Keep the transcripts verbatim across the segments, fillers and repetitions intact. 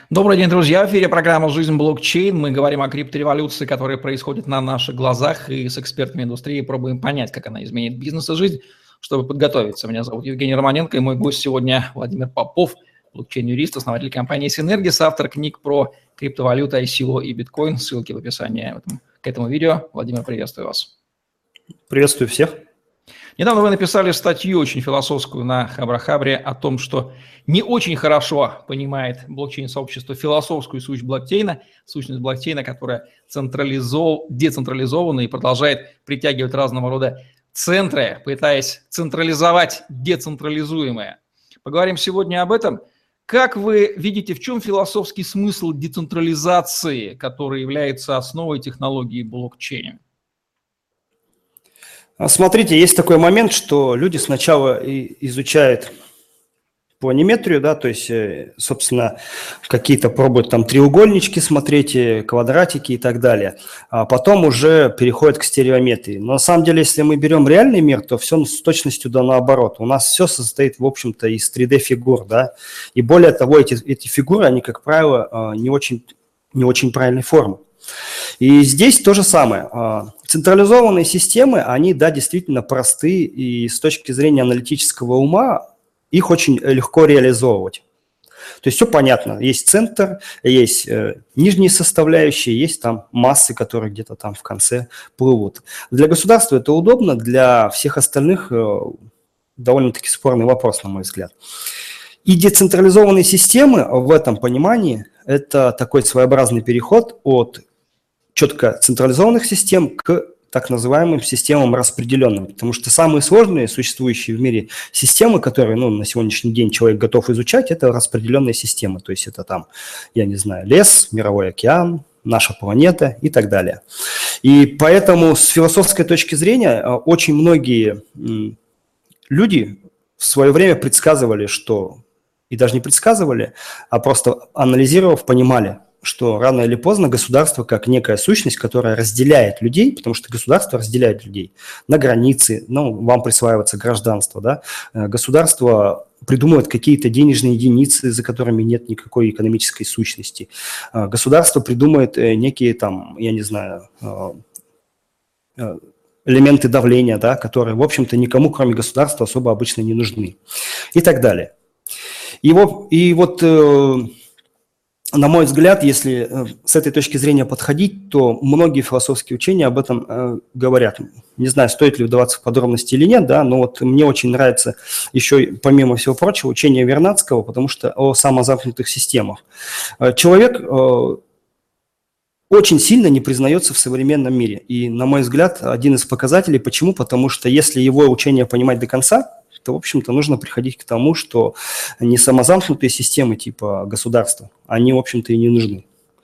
Добрый день, друзья. В эфире программа «Жизнь блокчейн». Мы говорим о криптореволюции, которая происходит на наших глазах, и с экспертами индустрии пробуем понять, как она изменит бизнес и жизнь, чтобы подготовиться. Меня зовут Евгений Романенко, и мой гость сегодня Владимир Попов, блокчейн-юрист, основатель компании Synergis, автор книг про криптовалюты, ай си о и биткоин. Ссылки в описании к этому видео. Владимир, приветствую вас. Приветствую всех. Недавно вы написали статью очень философскую на Хабра-Хабре о том, что не очень хорошо понимает блокчейн-сообщество философскую суть блокчейна, сущность блокчейна, которая централизов... децентрализована и продолжает притягивать разного рода центры, пытаясь централизовать децентрализуемое. Поговорим сегодня об этом. Как вы видите, в чем философский смысл децентрализации, который является основой технологии блокчейна? Смотрите, есть такой момент, что люди сначала изучают планиметрию, да, то есть, собственно, какие-то пробуют там треугольнички смотреть, квадратики и так далее, а потом уже переходят к стереометрии. Но на самом деле, если мы берем реальный мир, то все с точностью да наоборот. У нас все состоит, в общем-то, из три дэ-фигур, да, и более того, эти, эти фигуры, они, как правило, не очень, не очень правильной формы. И здесь то же самое. Централизованные системы, они, да, действительно просты, и с точки зрения аналитического ума их очень легко реализовывать. То есть все понятно. Есть центр, есть э, нижние составляющие, есть там массы, которые где-то там в конце плывут. Для государства это удобно, для всех остальных э, довольно-таки спорный вопрос, на мой взгляд. И децентрализованные системы в этом понимании – это такой своеобразный переход от четко централизованных систем к так называемым системам распределенным, потому что самые сложные существующие в мире системы, которые, ну, на сегодняшний день человек готов изучать, это распределенные системы, то есть это там, я не знаю, лес, мировой океан, наша планета и так далее. И поэтому с философской точки зрения очень многие люди в свое время предсказывали, что, и даже не предсказывали, а просто анализировав, понимали, что рано или поздно государство, как некая сущность, которая разделяет людей, потому что государство разделяет людей на границы, ну, вам присваивается гражданство, да, государство придумывает какие-то денежные единицы, за которыми нет никакой экономической сущности, государство придумывает некие там, я не знаю, элементы давления, да, которые, в общем-то, никому, кроме государства, особо обычно не нужны и так далее. И вот, и вот на мой взгляд, если с этой точки зрения подходить, то многие философские учения об этом э, говорят. Не знаю, стоит ли вдаваться в подробности или нет, да, но вот мне очень нравится еще, помимо всего прочего, учение Вернадского, потому что о самозамкнутых системах. Человек э, очень сильно не признается в современном мире. И, на мой взгляд, один из показателей. Почему? Потому что если его учение понимать до конца, то, в общем-то, нужно приходить к тому, что не самозамкнутые системы типа государства, они, в общем-то, и не нужны.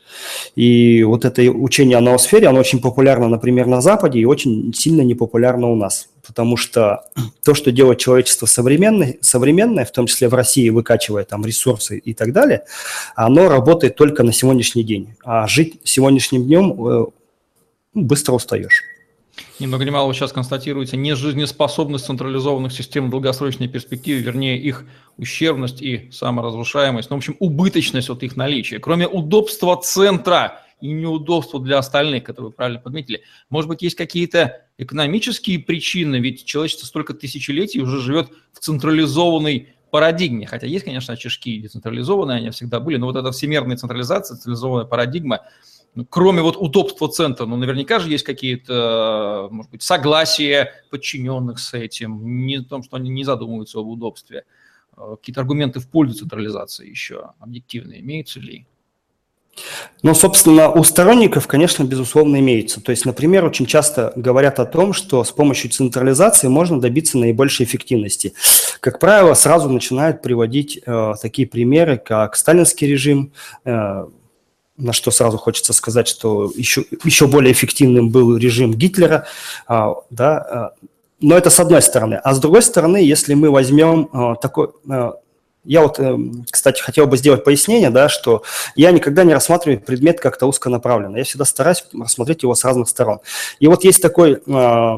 И вот это учение о ноосфере, оно очень популярно, например, на Западе и очень сильно непопулярно у нас. Потому что то, что делает человечество современное, современное, в том числе в России, выкачивая там ресурсы и так далее, оно работает только на сегодняшний день. А жить сегодняшним днем быстро устаешь. Ни много ни мало сейчас констатируется нежизнеспособность централизованных систем в долгосрочной перспективе, вернее, их ущербность и саморазрушаемость, ну, в общем, убыточность от их наличия. Кроме удобства центра и неудобства для остальных, которые вы правильно подметили, может быть, есть какие-то экономические причины, ведь человечество столько тысячелетий уже живет в централизованной парадигме, хотя есть, конечно, очишки децентрализованные, они всегда были, но вот эта всемирная централизация, централизованная парадигма, кроме вот удобства центра, ну, наверняка же есть какие-то, может быть, согласия подчиненных с этим, не в том, что они не задумываются об удобстве. Какие-то аргументы в пользу централизации еще объективные имеются ли? Ну, собственно, у сторонников, конечно, безусловно, имеются. То есть, например, очень часто говорят о том, что с помощью централизации можно добиться наибольшей эффективности. Как правило, сразу начинают приводить э, такие примеры, как сталинский режим, э, на что сразу хочется сказать, что еще, еще более эффективным был режим Гитлера, а, да, а, но это с одной стороны. А с другой стороны, если мы возьмем а, такой... А, я вот, кстати, хотел бы сделать пояснение, да, что я никогда не рассматриваю предмет как-то узконаправленно. Я всегда стараюсь рассмотреть его с разных сторон. И вот есть такой... А,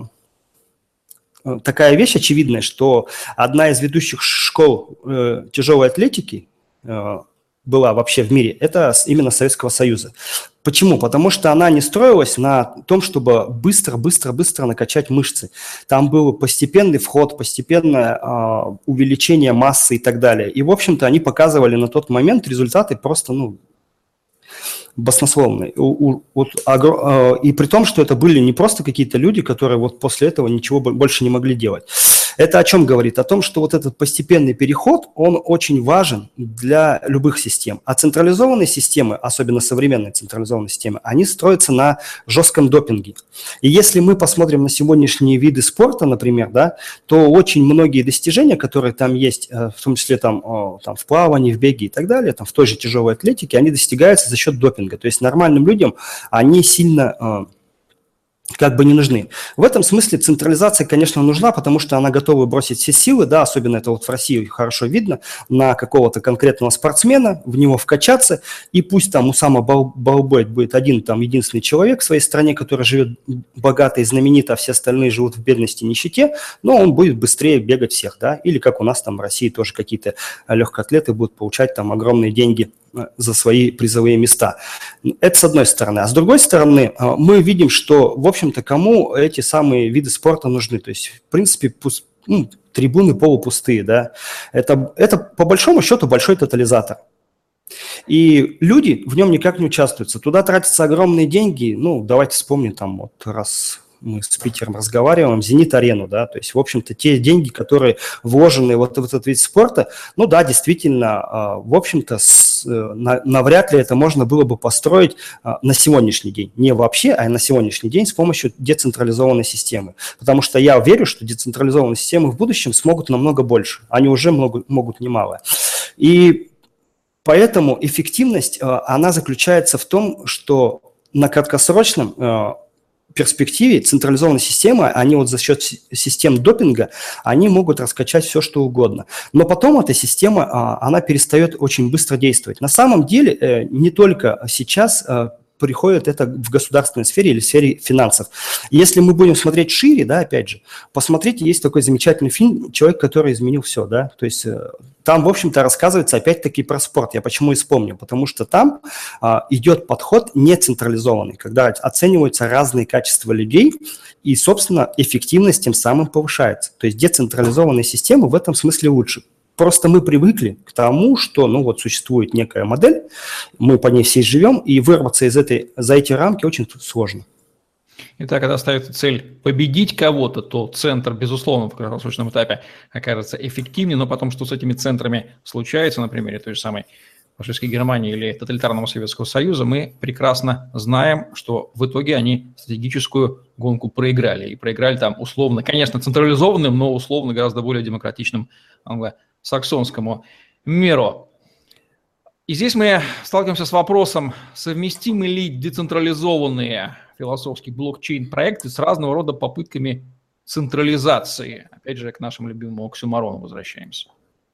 такая вещь очевидная, что одна из ведущих школ э, тяжелой атлетики э, была вообще в мире, это именно Советского Союза. Почему? Потому что она не строилась на том, чтобы быстро-быстро-быстро накачать мышцы. Там был постепенный вход, постепенное э, увеличение массы и так далее. И, в общем-то, они показывали на тот момент результаты просто, ну, баснословные. У, у, вот, агро, э, и при том, что это были не просто какие-то люди, которые вот после этого ничего больше не могли делать. Это о чем говорит? О том, что вот этот постепенный переход, он очень важен для любых систем. А централизованные системы, особенно современные централизованные системы, они строятся на жестком допинге. И если мы посмотрим на сегодняшние виды спорта, например, да, то очень многие достижения, которые там есть, в том числе там, там в плавании, в беге и так далее, там в той же тяжелой атлетике, они достигаются за счет допинга. То есть нормальным людям они сильно как бы не нужны. В этом смысле централизация, конечно, нужна, потому что она готова бросить все силы, да, особенно это вот в России хорошо видно, на какого-то конкретного спортсмена, в него вкачаться, и пусть там Усама Балбойт будет один там единственный человек в своей стране, который живет богато и знаменито, а все остальные живут в бедности и нищете, но он будет быстрее бегать всех, да, или как у нас там в России тоже какие-то легкоатлеты будут получать там огромные деньги за свои призовые места. Это с одной стороны. А с другой стороны, мы видим, что, в общем-то, кому эти самые виды спорта нужны. То есть, в принципе, пусть, ну, трибуны полупустые, да. Это, это, по большому счету, большой тотализатор. И люди в нем никак не участвуются. Туда тратятся огромные деньги. Ну, давайте вспомним, там, вот раз мы с Питером разговариваем, «Зенит-арену», да, то есть, в общем-то, те деньги, которые вложены вот в этот вид спорта, ну да, действительно, в общем-то, с, навряд ли это можно было бы построить на сегодняшний день. Не вообще, а на сегодняшний день с помощью децентрализованной системы. Потому что я верю, что децентрализованные системы в будущем смогут намного больше. Они уже могут, могут немало. И поэтому эффективность, она заключается в том, что на краткосрочном перспективе централизованные системы, они вот за счет систем допинга, они могут раскачать все, что угодно. Но потом эта система, она перестает очень быстро действовать. На самом деле, не только сейчас приходит это в государственной сфере или в сфере финансов. Если мы будем смотреть шире, да, опять же, посмотрите, есть такой замечательный фильм «Человек, который изменил все», да, то есть там, в общем-то, рассказывается опять-таки про спорт. Я почему и вспомнил, потому что там а, идет подход нецентрализованный, когда оцениваются разные качества людей, и, собственно, эффективность тем самым повышается. То есть децентрализованные системы в этом смысле лучше. Просто мы привыкли к тому, что, ну, вот существует некая модель, мы по ней все живем, и вырваться из этой, за эти рамки очень сложно. Итак, когда ставится цель победить кого-то, то центр, безусловно, в краткосрочном этапе окажется эффективнее, но потом, что с этими центрами случается, на примере той же самой фашистской Германии или тоталитарного Советского Союза, мы прекрасно знаем, что в итоге они стратегическую гонку проиграли. И проиграли там условно, конечно, централизованным, но условно гораздо более демократичным англосаксонскому миру. И здесь мы сталкиваемся с вопросом, совместимы ли децентрализованные философские блокчейн-проекты с разного рода попытками централизации. Опять же, к нашему любимому оксюморону возвращаемся.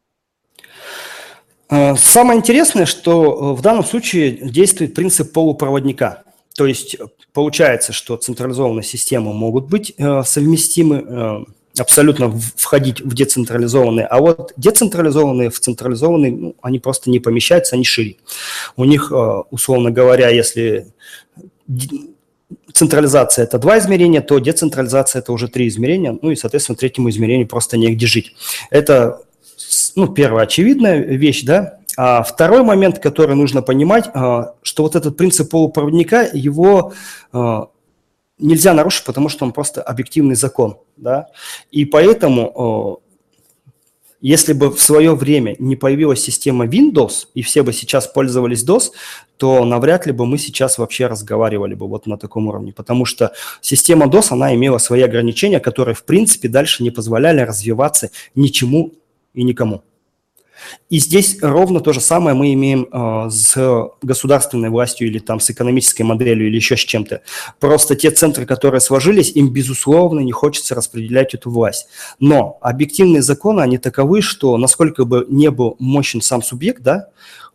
Самое интересное, что в данном случае действует принцип полупроводника. То есть получается, что централизованные системы могут быть совместимы, абсолютно входить в децентрализованные, а вот децентрализованные в централизованные, ну, они просто не помещаются, они шире. У них, условно говоря, если централизация – это два измерения, то децентрализация – это уже три измерения, ну и, соответственно, третьему измерению просто негде жить. Это, ну, первая очевидная вещь, да. А второй момент, который нужно понимать, что вот этот принцип полупроводника, его нельзя нарушить, потому что он просто объективный закон, да. И поэтому, если бы в свое время не появилась система Windows, и все бы сейчас пользовались дос, то навряд ли бы мы сейчас вообще разговаривали бы вот на таком уровне, потому что система дос, она имела свои ограничения, которые, в принципе, дальше не позволяли развиваться ничему и никому. И здесь ровно то же самое мы имеем э, с государственной властью или там с экономической моделью или еще с чем-то. Просто те центры, которые сложились, им, безусловно, не хочется распределять эту власть. Но объективные законы, они таковы, что насколько бы не был мощен сам субъект, да,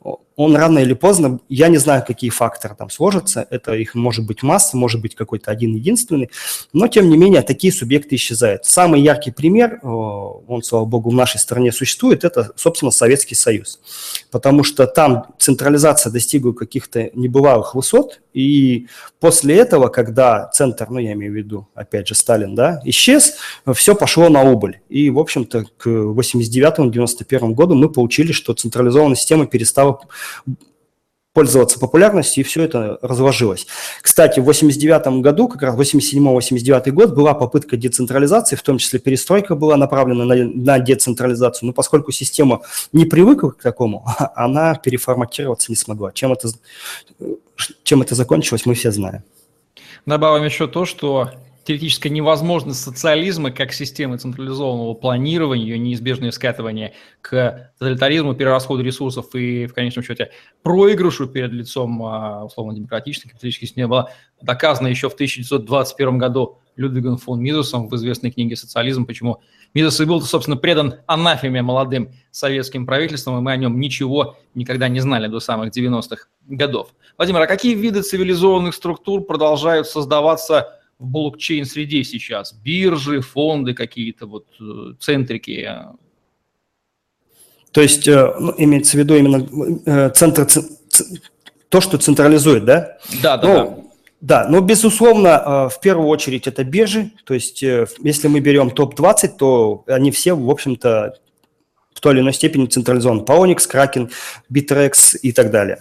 он рано или поздно, я не знаю, какие факторы там сложатся, это их может быть масса, может быть какой-то один единственный, но тем не менее такие субъекты исчезают. Самый яркий пример, он, слава богу, в нашей стране существует, это, собственно, Советский Союз, потому что там централизация достигла каких-то небывалых высот, и после этого, когда центр, ну я имею в виду, опять же, Сталин, да, исчез, все пошло на убыль. И, в общем-то, к восемьдесят девятому — девяносто первому году мы получили, что централизованная система перестала пользоваться популярностью, и все это разложилось. Кстати, в восемьдесят девятом году, как раз восемьдесят седьмой — восемьдесят девятый год, была попытка децентрализации, в том числе перестройка была направлена на, на децентрализацию, но поскольку система не привыкла к такому, она переформатироваться не смогла. Чем это, чем это закончилось, мы все знаем. Добавим еще то, что теоретическая невозможность социализма как системы централизованного планирования, ее неизбежное скатывание к тоталитаризму, перерасходу ресурсов и, в конечном счете, проигрышу перед лицом условно-демократической капиталистической системы была доказана еще в тысяча девятьсот двадцать первом году Людвигом фон Мизесом в известной книге «Социализм», почему Мизес и был, собственно, предан анафеме молодым советским правительством, и мы о нем ничего никогда не знали до самых девяностых годов. Владимир, а какие виды цивилизованных структур продолжают создаваться в блокчейн-среде сейчас? Биржи, фонды какие-то, вот центрики? То есть, ну, имеется в виду именно центр, то, что централизует, да? Да, да, ну, да. Да, но, безусловно, в первую очередь это биржи. То есть, если мы берем топ двадцать, то они все, в общем-то, в той или иной степени централизованы. Poloniex, Kraken, Bittrex и так далее.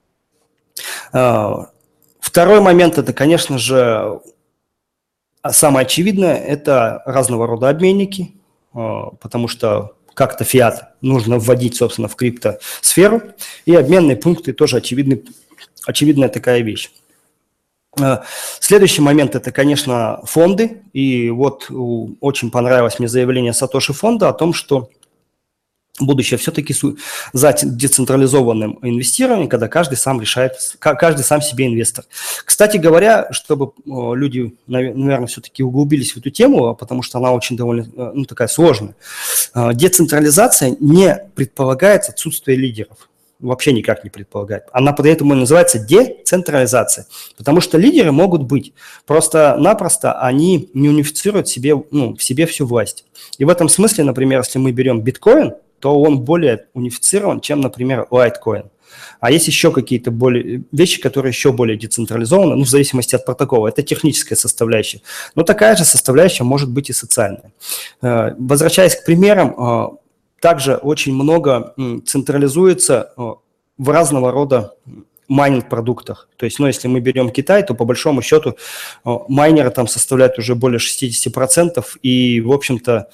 Второй момент – это, конечно же, самое очевидное – это разного рода обменники, потому что как-то фиат нужно вводить, собственно, в криптосферу, и обменные пункты тоже очевидный, очевидная такая вещь. Следующий момент – это, конечно, фонды, и вот очень понравилось мне заявление Сатоши фонда о том, что будущее все-таки за децентрализованным инвестированием, когда каждый сам решает, каждый сам себе инвестор. Кстати говоря, чтобы люди, наверное, все-таки углубились в эту тему, потому что она очень довольно, ну, такая сложная, децентрализация не предполагает отсутствие лидеров. Вообще никак не предполагает. Она поэтому и называется децентрализация, потому что лидеры могут быть, просто-напросто они не унифицируют себе, ну, в себе всю власть. И в этом смысле, например, если мы берем биткоин, то он более унифицирован, чем, например, лайткоин. А есть еще какие-то более, вещи, которые еще более децентрализованы, ну, в зависимости от протокола. Это техническая составляющая. Но такая же составляющая может быть и социальная. Возвращаясь к примерам, также очень много централизуется в разного рода майнинг-продуктах. То есть, ну, если мы берем Китай, то по большому счету майнеры там составляют уже более шестьдесят процентов, и, в общем-то,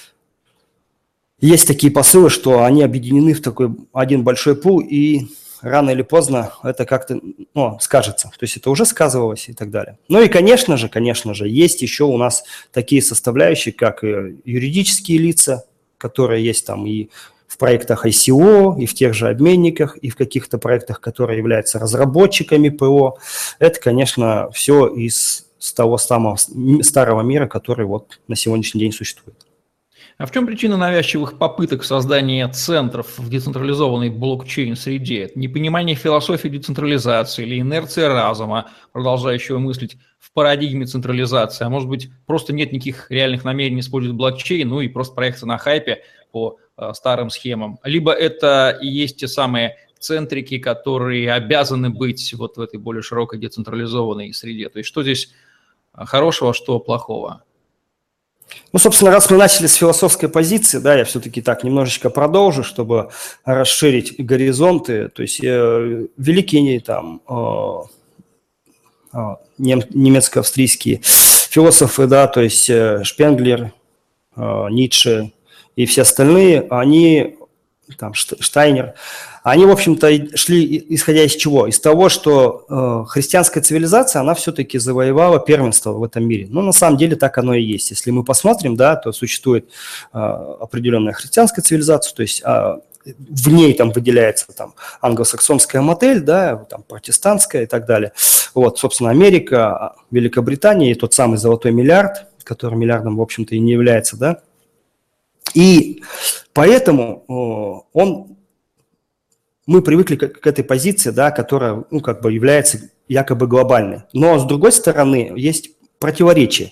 есть такие посылы, что они объединены в такой один большой пул, и рано или поздно это как-то, ну, скажется. То есть это уже сказывалось и так далее. Ну и, конечно же, конечно же, есть еще у нас такие составляющие, как юридические лица, которые есть там и в проектах ай си о, и в тех же обменниках, и в каких-то проектах, которые являются разработчиками ПО. Это, конечно, все из того самого старого мира, который вот на сегодняшний день существует. А в чем причина навязчивых попыток создания центров в децентрализованной блокчейн-среде? Это непонимание философии децентрализации или инерция разума, продолжающего мыслить в парадигме централизации? А может быть, просто нет никаких реальных намерений использовать блокчейн, ну и просто проекция на хайпе по э, старым схемам? Либо это и есть те самые центрики, которые обязаны быть вот в этой более широкой децентрализованной среде? То есть что здесь хорошего, что плохого? Ну, собственно, раз мы начали с философской позиции, да, я все-таки так немножечко продолжу, чтобы расширить горизонты. То есть э, великие там э, э, немецко-австрийские философы, да, то есть э, Шпенглер, э, Ницше и все остальные, они, там, Штайнер, они, в общем-то, шли исходя из чего? Из того, что э, христианская цивилизация, она все-таки завоевала первенство в этом мире. Ну, на самом деле, так оно и есть. Если мы посмотрим, да, то существует э, определенная христианская цивилизация, то есть э, в ней там выделяется там англосаксонская модель, да, там протестантская и так далее. Вот, собственно, Америка, Великобритания и тот самый золотой миллиард, который миллиардом, в общем-то, и не является, да. И поэтому э, он мы привыкли к, к этой позиции, да, которая, ну, как бы является якобы глобальной. Но, с другой стороны, есть противоречие.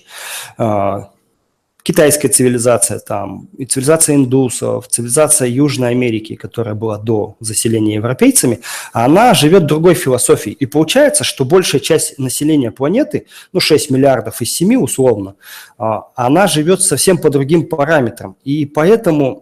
Китайская цивилизация, там, и цивилизация индусов, цивилизация Южной Америки, которая была до заселения европейцами, она живет другой философией. И получается, что большая часть населения планеты, ну, шесть миллиардов из семи условно, она живет совсем по другим параметрам. И поэтому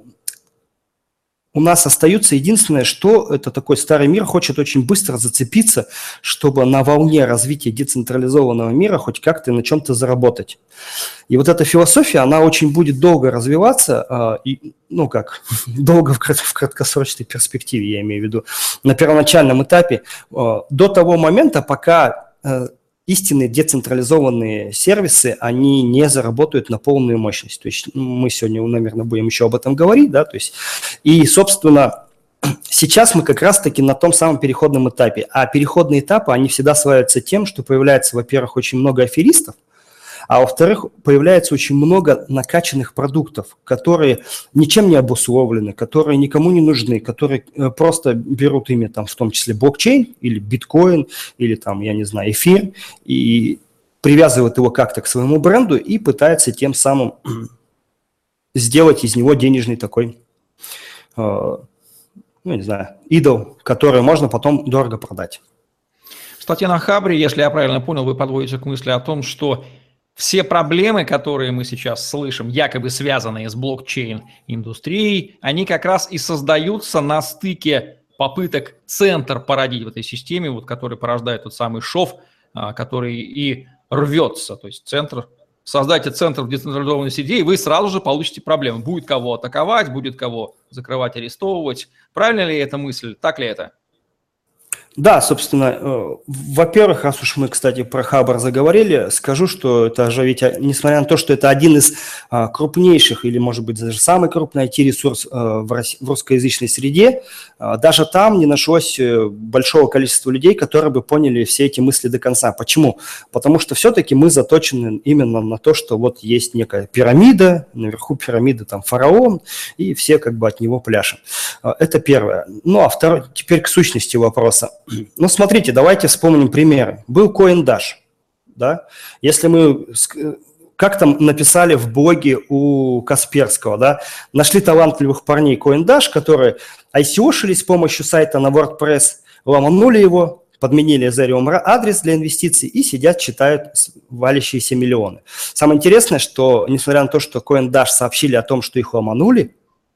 у нас остается единственное, что это такой старый мир хочет очень быстро зацепиться, чтобы на волне развития децентрализованного мира хоть как-то на чем-то заработать. И вот эта философия, она очень будет долго развиваться, и, ну как, долго в краткосрочной перспективе, я имею в виду, на первоначальном этапе, до того момента, пока истинные децентрализованные сервисы, они не заработают на полную мощность. То есть мы сегодня, наверное, будем еще об этом говорить, да, то есть, и, собственно, сейчас мы как раз-таки на том самом переходном этапе, а переходные этапы, они всегда славятся тем, что появляется, во-первых, очень много аферистов, а во-вторых, появляется очень много накачанных продуктов, которые ничем не обусловлены, которые никому не нужны, которые просто берут ими, там, в том числе блокчейн или биткоин, или там, я не знаю, эфир, и привязывают его как-то к своему бренду и пытаются тем самым сделать из него денежный такой, э, ну, не знаю, идол, который можно потом дорого продать. В статье на Хабре, если я правильно понял, вы подводите к мысли о том, что все проблемы, которые мы сейчас слышим, якобы связанные с блокчейн-индустрией, они как раз и создаются на стыке попыток центр породить в этой системе, вот, который порождает тот самый шов, который и рвется. То есть центр, создайте центр в децентрализованной среде, и вы сразу же получите проблемы. Будет кого атаковать, будет кого закрывать, арестовывать. Правильно ли эта мысль? Так ли это? Да, собственно, во-первых, раз уж мы, кстати, про Хабр заговорили, скажу, что это же ведь, несмотря на то, что это один из крупнейших или, может быть, даже самый крупный ай ти-ресурс в русскоязычной среде, даже там не нашлось большого количества людей, которые бы поняли все эти мысли до конца. Почему? Потому что все-таки мы заточены именно на то, что вот есть некая пирамида, наверху пирамиды там фараон, и все как бы от него пляшем. Это первое. Ну, а второе, теперь к сущности вопроса. Ну, смотрите, давайте вспомним примеры. Был CoinDash, да? Если мы, как там написали в блоге у Касперского, да, нашли талантливых парней CoinDash, которые ай си о-шились с помощью сайта на WordPress, ломанули его, подменили Ethereum адрес для инвестиций и сидят, читают валящиеся миллионы. Самое интересное, что несмотря на то, что CoinDash сообщили о том, что их ломанули,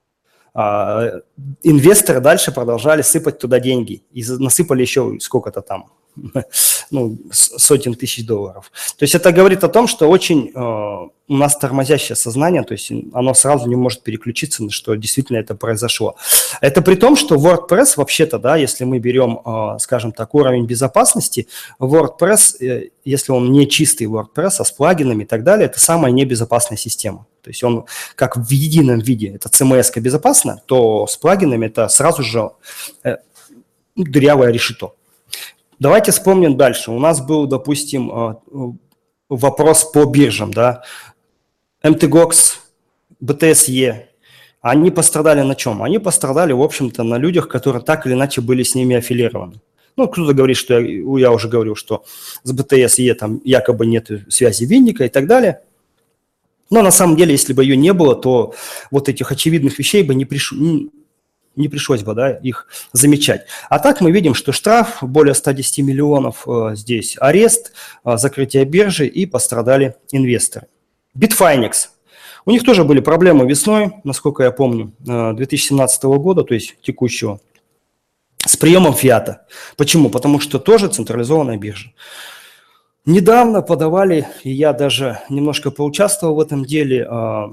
инвесторы дальше продолжали сыпать туда деньги. И насыпали еще сколько-то там, ну, сотен тысяч долларов. То есть это говорит о том, что очень э, у нас тормозящее сознание, то есть оно сразу не может переключиться, на что действительно это произошло. Это при том, что WordPress вообще-то, да, если мы берем, э, скажем так, уровень безопасности, WordPress, э, если он не чистый WordPress, а с плагинами и так далее, это самая небезопасная система. То есть он как в едином виде, это си эм эс-ка безопасно, то с плагинами это сразу же э, дырявое решето. Давайте вспомним дальше. У нас был, допустим, вопрос по биржам, да, эм ти гокс, би ти эс и, они пострадали на чем? Они пострадали, в общем-то, на людях, которые так или иначе были с ними аффилированы. Ну, кто-то говорит, что я, я уже говорил, что с би ти эс и там якобы нет связи винника и так далее. Но на самом деле, если бы ее не было, то вот этих очевидных вещей бы не пришло. Не пришлось бы, да, их замечать. А так мы видим, что штраф более ста десяти миллионов, здесь арест, закрытие биржи и пострадали инвесторы. Bitfinex. У них тоже были проблемы весной, насколько я помню, две тысячи семнадцатого года, то есть текущего, с приемом фиата. Почему? Потому что тоже централизованная биржа. Недавно подавали, и я даже немножко поучаствовал в этом деле,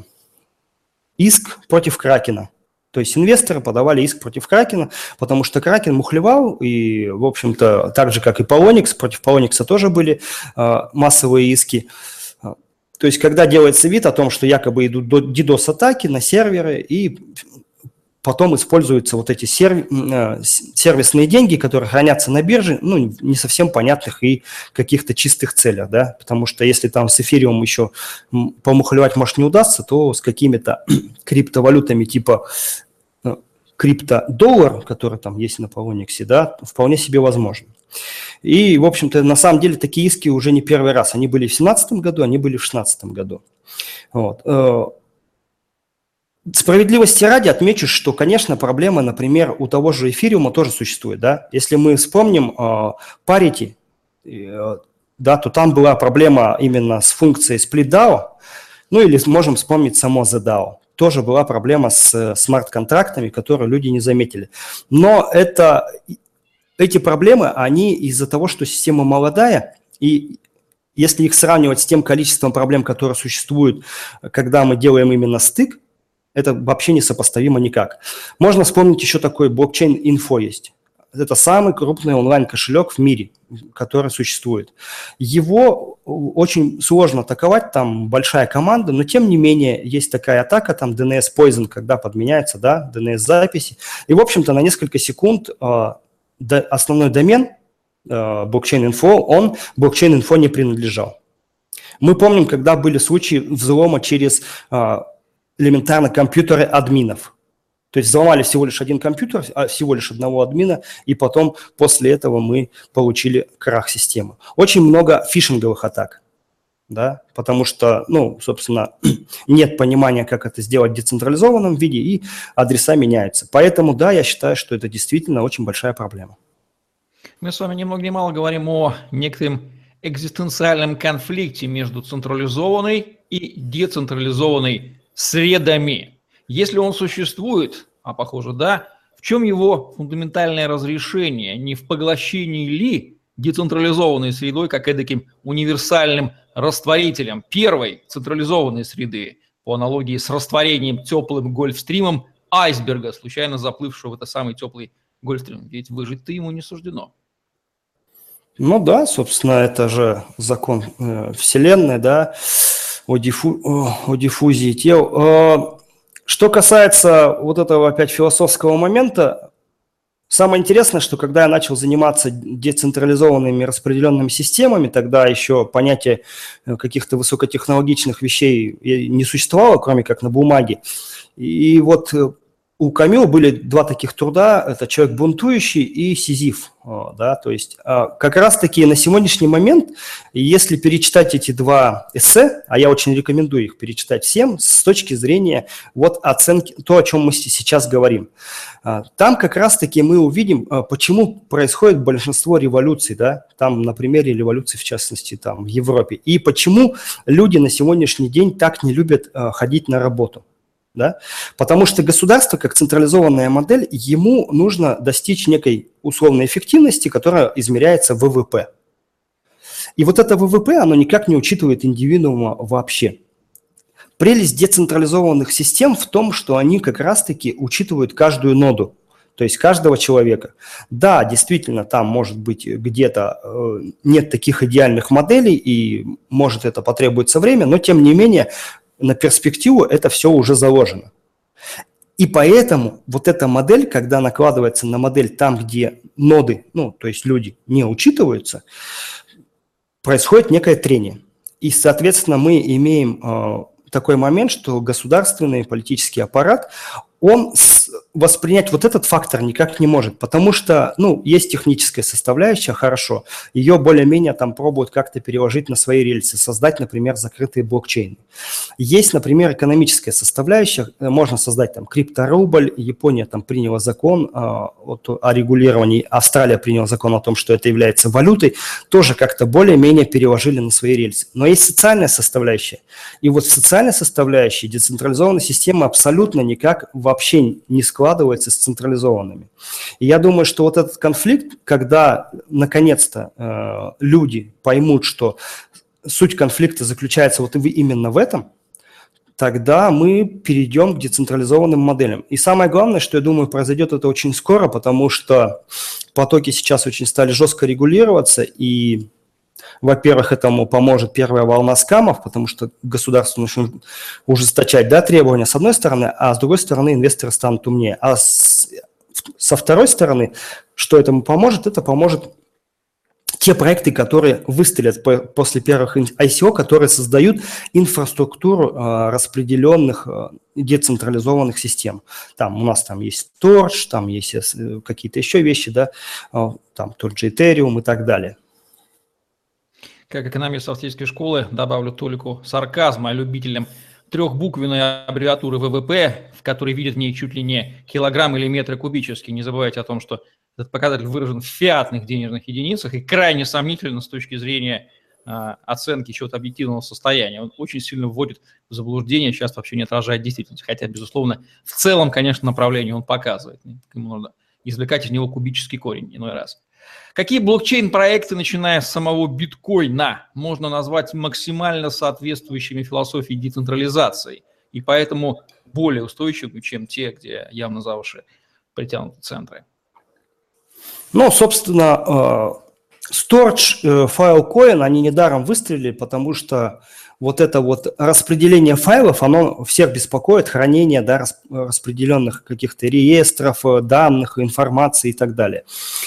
иск против Кракена. То есть инвесторы подавали иск против Кракена, потому что Кракен мухлевал, и, в общем-то, так же, как и Poloniex, против Poloniex тоже были э, массовые иски. То есть когда делается вид о том, что якобы идут дидос-атаки на серверы, и потом используются вот эти серв... сервисные деньги, которые хранятся на бирже, ну, не совсем понятных и каких-то чистых целях, да, потому что если там с эфириум еще помухлевать, может, не удастся, то с какими-то криптовалютами типа криптодоллар, который там есть на Poloniex, да, вполне себе возможно. И, в общем-то, на самом деле такие иски уже не первый раз. Они были в две тысячи семнадцатом году, они были в две тысячи шестнадцатом году. Вот. Справедливости ради отмечу, что, конечно, проблема, например, у того же эфириума тоже существует. Да? Если мы вспомним parity, да, то там была проблема именно с функцией split дао, ну или можем вспомнить само зет дао. Тоже была проблема с смарт-контрактами, которые люди не заметили. Но это, эти проблемы, они из-за того, что система молодая, и если их сравнивать с тем количеством проблем, которые существуют, когда мы делаем именно стык, это вообще не сопоставимо никак. Можно вспомнить еще такой блокчейн-инфо есть. Это самый крупный онлайн-кошелек в мире, который существует. Его очень сложно атаковать, там большая команда, но тем не менее есть такая атака, там ди эн эс Poison, когда подменяется, да, ди эн эс-записи. И, в общем-то, на несколько секунд э, до, основной домен э, блокчейн-инфо, он блокчейн-инфо не принадлежал. Мы помним, когда были случаи взлома через э, элементарно компьютеры админов. То есть взломали всего лишь один компьютер, всего лишь одного админа, и потом после этого мы получили крах системы. Очень много фишинговых атак, да, потому что, ну, собственно, нет понимания, как это сделать в децентрализованном виде, и адреса меняются. Поэтому, да, я считаю, что это действительно очень большая проблема. Мы с вами ни много ни мало говорим о некотором экзистенциальном конфликте между централизованной и децентрализованной средами. Если он существует, а похоже, да, в чем его фундаментальное разрешение? Не в поглощении ли децентрализованной средой, как эдаким универсальным растворителем первой централизованной среды, по аналогии с растворением теплым гольфстримом айсберга, случайно заплывшего в это самый теплый гольфстрим? Ведь выжить-то ему не суждено. Ну да, собственно, это же закон э, Вселенной, да, о, диффу, о, о диффузии тел. Что касается вот этого опять философского момента, самое интересное, что когда я начал заниматься децентрализованными распределенными системами, тогда еще понятие каких-то высокотехнологичных вещей не существовало, кроме как на бумаге. И вот у Камю были два таких труда, это «Человек бунтующий» и «Сизиф». Да, то есть как раз-таки на сегодняшний момент, если перечитать эти два эссе, а я очень рекомендую их перечитать всем с точки зрения вот оценки, то, о чем мы сейчас говорим, там как раз-таки мы увидим, почему происходит большинство революций, да, там на примере революции, в частности, там в Европе, и почему люди на сегодняшний день так не любят ходить на работу. Да? Потому что государство, как централизованная модель, ему нужно достичь некой условной эффективности, которая измеряется вэ вэ пэ. И вот это вэ вэ пэ, оно никак не учитывает индивидуума вообще. Прелесть децентрализованных систем в том, что они как раз-таки учитывают каждую ноду, то есть каждого человека. Да, действительно, там может быть где-то э, нет таких идеальных моделей, и может это потребуется время, но тем не менее на перспективу это все уже заложено. И поэтому вот эта модель, когда накладывается на модель там, где ноды, ну, то есть люди не учитываются, происходит некое трение. И, соответственно, мы имеем э, такой момент, что государственный политический аппарат, он с, воспринять вот этот фактор никак не может, потому что, ну, есть техническая составляющая, хорошо, ее более-менее там пробуют как-то переложить на свои рельсы, создать, например, закрытые блокчейны. Есть, например, экономическая составляющая, можно создать там крипторубль, Япония там приняла закон э, о регулировании, Австралия приняла закон о том, что это является валютой, тоже как-то более-менее переложили на свои рельсы. Но есть социальная составляющая, и вот в социальной составляющей децентрализованная система абсолютно никак вообще не складывается с централизованными. И я думаю, что вот этот конфликт, когда наконец-то э, люди поймут, что суть конфликта заключается вот именно в этом, тогда мы перейдем к децентрализованным моделям. И самое главное, что я думаю, произойдет это очень скоро, потому что потоки сейчас очень стали жестко регулироваться, и во-первых, этому поможет первая волна скамов, потому что государство начнет ужесточать, да, требования с одной стороны, а с другой стороны инвесторы станут умнее. А с, со второй стороны, что этому поможет? Это поможет те проекты, которые выстрелят по, после первых ай си о, которые создают инфраструктуру э, распределенных э, децентрализованных систем. Там у нас там есть Torch, там есть э, какие-то еще вещи, да, э, там тот же Ethereum и так далее. Как экономист австрийской школы добавлю толику сарказма любителям трехбуквенной аббревиатуры вэ вэ пэ, в которой видят в ней чуть ли не килограмм или метры кубические. Не забывайте о том, что этот показатель выражен в фиатных денежных единицах и крайне сомнительно с точки зрения э, оценки чего-то объективного состояния. Он очень сильно вводит в заблуждение, часто вообще не отражает действительность. Хотя, безусловно, в целом, конечно, направление он показывает. Ему надо извлекать из него кубический корень иной раз. Какие блокчейн-проекты, начиная с самого биткоина, можно назвать максимально соответствующими философии децентрализации и поэтому более устойчивыми, чем те, где явно за уши притянуты центры? Ну, собственно, Storch, Filecoin, они недаром выстрелили, потому что вот это вот распределение файлов, оно всех беспокоит, хранение, да, распределенных каких-то реестров, данных, информации и так далее.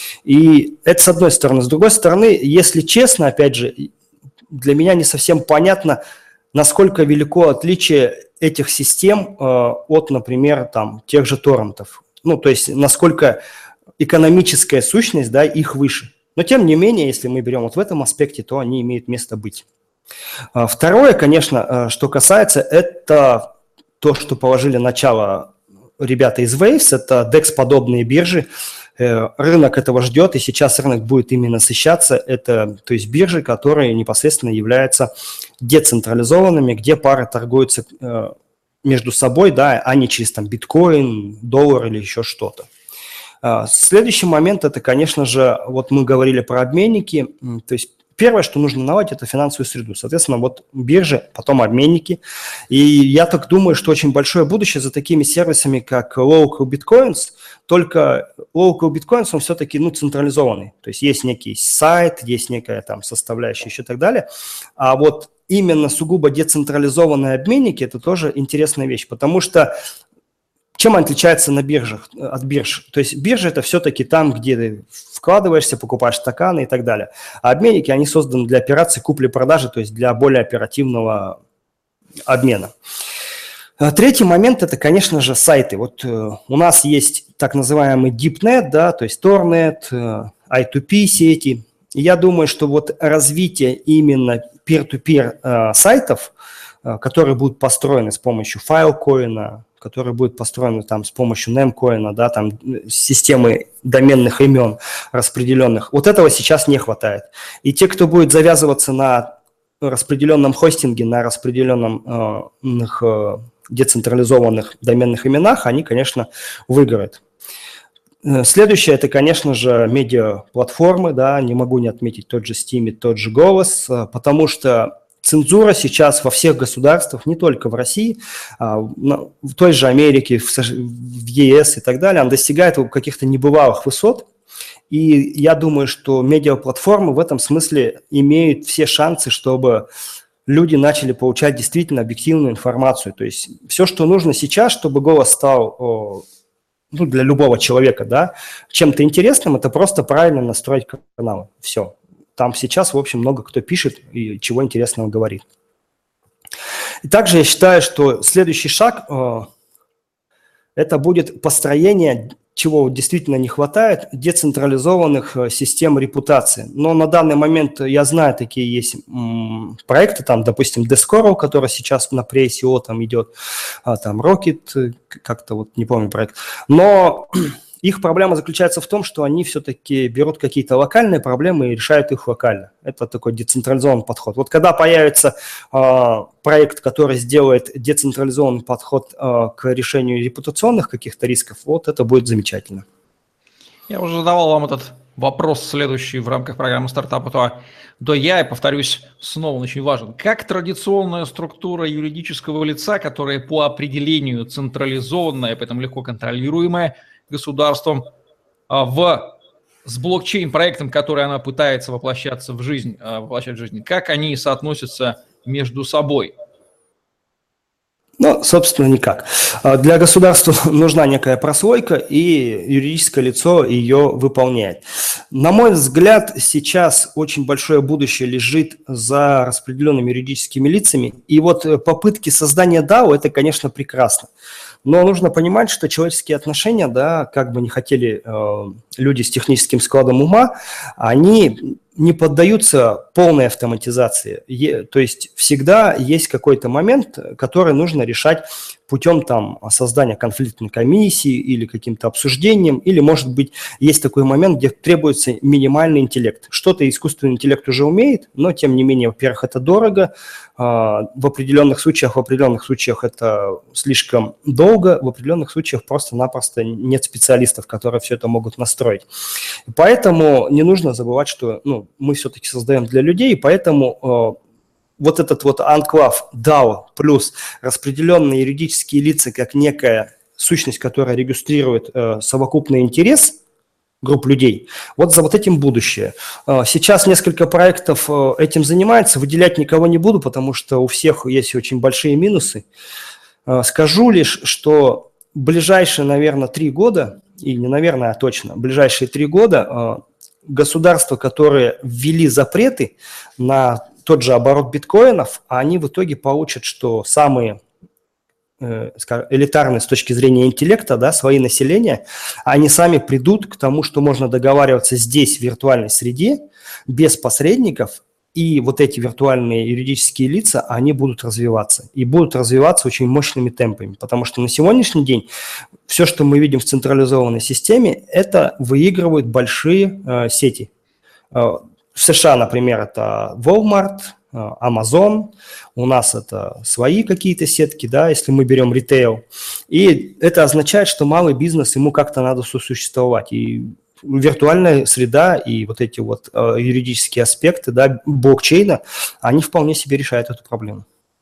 И это с одной стороны. С другой стороны, если честно, опять же, для меня не совсем понятно, насколько велико отличие этих систем э, от, например, там, тех же торрентов. Ну, то есть, насколько экономическая сущность, да, их выше. Но, тем не менее, если мы берем вот в этом аспекте, то они имеют место быть. Второе, конечно, что касается, это то, что положили начало ребята из Waves, это декс-подобные биржи. Рынок этого ждет, и сейчас рынок будет ими насыщаться. Это, то есть, биржи, которые непосредственно являются децентрализованными, где пары торгуются между собой, да, а не через там биткоин, доллар или еще что-то. Следующий момент – это, конечно же, вот мы говорили про обменники, то есть первое, что нужно наладить, это финансовую среду. Соответственно, вот биржи, потом обменники. И я так думаю, что очень большое будущее за такими сервисами, как Local Bitcoins, только Local Bitcoins, он все-таки, ну, централизованный. То есть есть некий сайт, есть некая там составляющая еще и так далее. А вот именно сугубо децентрализованные обменники – это тоже интересная вещь, потому что чем он отличается на биржах, от бирж? То есть биржа – это все-таки там, где ты вкладываешься, покупаешь стаканы и так далее. А обменники, они созданы для операций купли-продажи, то есть для более оперативного обмена. Третий момент – это, конечно же, сайты. Вот э, у нас есть так называемый DeepNet, да, то есть Tor.net, э, ай ту пи сети. И я думаю, что вот развитие именно peer-to-peer э, сайтов, э, которые будут построены с помощью Filecoin, который будет построен там с помощью Namecoin, да, там системы доменных имен распределенных. Вот этого сейчас не хватает. И те, кто будет завязываться на распределенном хостинге, на распределенных э, децентрализованных доменных именах, они, конечно, выиграют. Следующее – это, конечно же, медиаплатформы, да, не могу не отметить тот же Steam, тот же Голос, потому что цензура сейчас во всех государствах, не только в России, а в той же Америке, в е эс и так далее, она достигает каких-то небывалых высот. И я думаю, что медиаплатформы в этом смысле имеют все шансы, чтобы люди начали получать действительно объективную информацию. То есть все, что нужно сейчас, чтобы голос стал, ну, для любого человека, да, чем-то интересным, это просто правильно настроить каналы. Все. Там сейчас, в общем, много кто пишет и чего интересного говорит. И также я считаю, что следующий шаг э, – это будет построение, чего действительно не хватает, децентрализованных э, систем репутации. Но на данный момент я знаю, такие есть м, проекты, там, допустим, Descoro, который сейчас на pre-ай си о там идет, а, там Rocket, как-то вот не помню проект. Но их проблема заключается в том, что они все-таки берут какие-то локальные проблемы и решают их локально. Это такой децентрализованный подход. Вот когда появится э, проект, который сделает децентрализованный подход э, к решению репутационных каких-то рисков, вот это будет замечательно. Я уже задавал вам этот вопрос следующий в рамках программы «Стартапа то, до я», и повторюсь, снова он очень важен. Как традиционная структура юридического лица, которая по определению централизованная, поэтому легко контролируемая государством, в, с блокчейн-проектом, который она пытается воплощаться в жизнь, воплощать в жизнь, как они соотносятся между собой? Ну, собственно, никак. Для государства нужна некая прослойка, и юридическое лицо ее выполняет. На мой взгляд, сейчас очень большое будущее лежит за распределенными юридическими лицами. И вот попытки создания дао – это, конечно, прекрасно. Но нужно понимать, что человеческие отношения, да, как бы не хотели э, люди с техническим складом ума, они не поддаются полной автоматизации. Е, то есть всегда есть какой-то момент, который нужно решать путем там, создания конфликтной комиссии или каким-то обсуждением, или, может быть, есть такой момент, где требуется минимальный интеллект. Что-то искусственный интеллект уже умеет, но, тем не менее, во-первых, это дорого, в определенных случаях, в определенных случаях это слишком долго, в определенных случаях просто-напросто нет специалистов, которые все это могут настроить. Поэтому не нужно забывать, что ну, мы все-таки создаем для людей, и поэтому вот этот вот анклав дао плюс распределенные юридические лица как некая сущность, которая регистрирует э, совокупный интерес групп людей, вот за вот этим будущее. Э, сейчас несколько проектов э, этим занимается, выделять никого не буду, потому что у всех есть очень большие минусы. Э, скажу лишь, что ближайшие, наверное, три года, и не наверное, а точно, ближайшие три года э, государства, которые ввели запреты на тот же оборот биткоинов, а они в итоге получат, что самые э, скажем, элитарные с точки зрения интеллекта, да, свои населения, они сами придут к тому, что можно договариваться здесь, в виртуальной среде, без посредников, и вот эти виртуальные юридические лица, они будут развиваться. И будут развиваться очень мощными темпами, потому что на сегодняшний день все, что мы видим в централизованной системе, это выигрывают большие э, сети. В США, например, это Walmart, Amazon, у нас это свои какие-то сетки, да, если мы берем ритейл. И это означает, что малый бизнес, ему как-то надо сосуществовать. И виртуальная среда и вот эти вот э, юридические аспекты, да, блокчейна, они вполне себе решают эту проблему.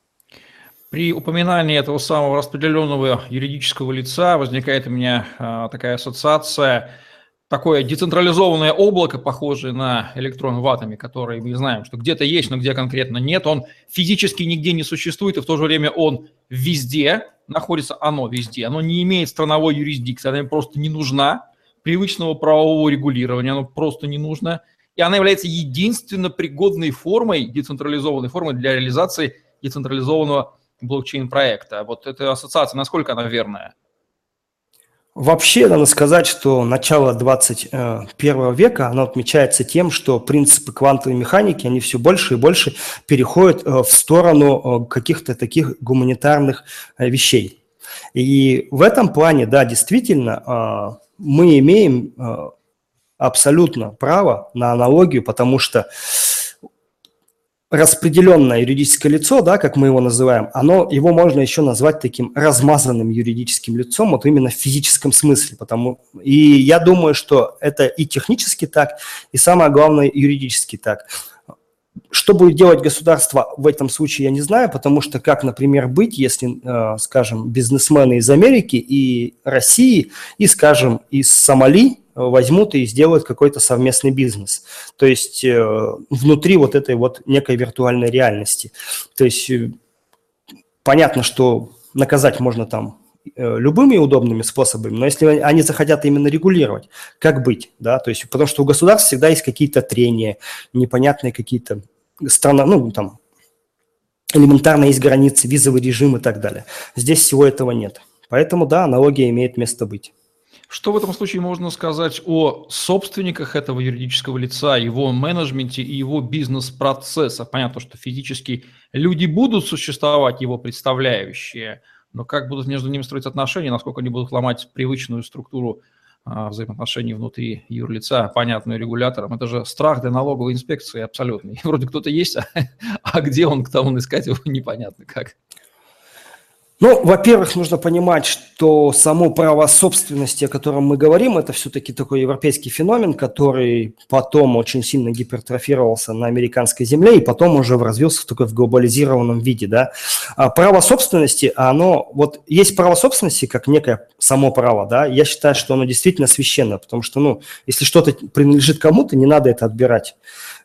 При упоминании этого самого распределенного юридического лица возникает у меня э, такая ассоциация. Такое децентрализованное облако, похожее на электрон в атоме, который мы знаем, что где-то есть, но где конкретно нет. Он физически нигде не существует, и в то же время он везде находится, оно везде. Оно не имеет страновой юрисдикции, она им просто не нужна, привычного правового регулирования, оно просто не нужно. И она является единственно пригодной формой, децентрализованной формой для реализации децентрализованного блокчейн-проекта. Вот эта ассоциация, насколько она верная? Вообще, надо сказать, что начало двадцать первого века, оно отмечается тем, что принципы квантовой механики, они все больше и больше переходят в сторону каких-то таких гуманитарных вещей. И в этом плане, да, действительно, мы имеем абсолютно право на аналогию, потому что распределенное юридическое лицо, да, как мы его называем, оно, его можно еще назвать таким размазанным юридическим лицом, вот именно в физическом смысле. Потому, и я думаю, что это и технически так, и самое главное, юридически так. Что будет делать государство в этом случае, я не знаю, потому что как, например, быть, если, скажем, бизнесмены из Америки и России, и, скажем, из Сомали возьмут и сделают какой-то совместный бизнес. То есть э, внутри вот этой вот некой виртуальной реальности. То есть э, понятно, что наказать можно там э, любыми удобными способами, но если они захотят именно регулировать, как быть, да, то есть потому что у государств всегда есть какие-то трения, непонятные какие-то страны, ну там элементарно есть границы, визовый режим и так далее. Здесь всего этого нет. Поэтому да, аналогия имеет место быть. Что в этом случае можно сказать о собственниках этого юридического лица, его менеджменте и его бизнес-процессах? Понятно, что физически люди будут существовать, его представляющие, но как будут между ними строить отношения, насколько они будут ломать привычную структуру а, взаимоотношений внутри юрлица, понятную регуляторам? Это же страх для налоговой инспекции абсолютный. Вроде кто-то есть, а, а где он, кто он, искать его непонятно как. Ну, во-первых, нужно понимать, что само право собственности, о котором мы говорим, это все-таки такой европейский феномен, который потом очень сильно гипертрофировался на американской земле и потом уже развился в такой в глобализированном виде, да. А право собственности, оно, вот есть право собственности как некое само право, да, я считаю, что оно действительно священно, потому что, ну, если что-то принадлежит кому-то, не надо это отбирать.